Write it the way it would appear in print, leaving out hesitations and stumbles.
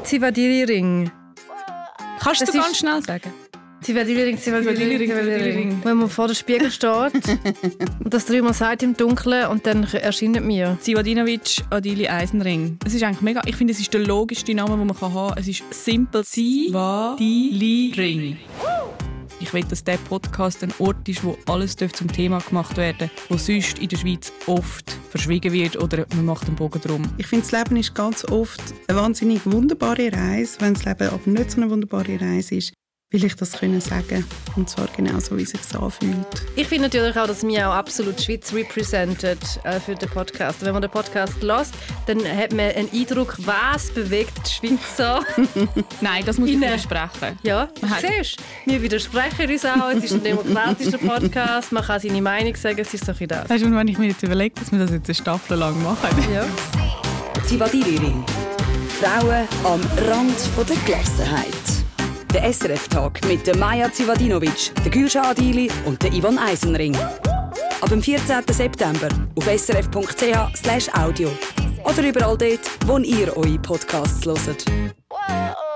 Zivadili-Ring. Kannst du ganz schnell sagen? Zivadili-Ring. Wenn man vor dem Spiegel steht und das 3-mal sagt im Dunkeln und dann erscheint mir. Zivadinovic, Adili Eisenring. Es ist eigentlich mega. Ich finde, es ist der logischste Name, den man haben kann. Es ist simpel. Zivadili-Ring. Ich will, dass dieser Podcast ein Ort ist, wo alles zum Thema gemacht werden darf, wo sonst in der Schweiz oft verschwiegen wird oder man macht einen Bogen drum. Ich finde, das Leben ist ganz oft eine wahnsinnig wunderbare Reise. Wenn das Leben aber nicht so eine wunderbare Reise ist, will ich das können sagen. Und zwar genau so, wie es sich anfühlt. Ich finde natürlich auch, dass wir auch absolut die Schweiz represented für den Podcast. Wenn man den Podcast hört, dann hat man einen Eindruck, was bewegt die Schweiz so. Nein, das muss ich widersprechen. Ja, siehst du, wir widersprechen uns auch. Es ist ein demokratischer Podcast. Man kann seine Meinung sagen, es ist so ein das. Weißt du, wenn ich mir jetzt überlege, dass wir das jetzt eine Staffel lang machen. Ja. Zivadili-Ring. Frauen am Rand der Gelassenheit. Der SRF-Tag mit der Maja Zivadinovic, der Gülşah Adili und der Ivan Eisenring. Ab dem 14. September auf srf.ch/audio. Oder überall dort, wo ihr eure Podcasts hört.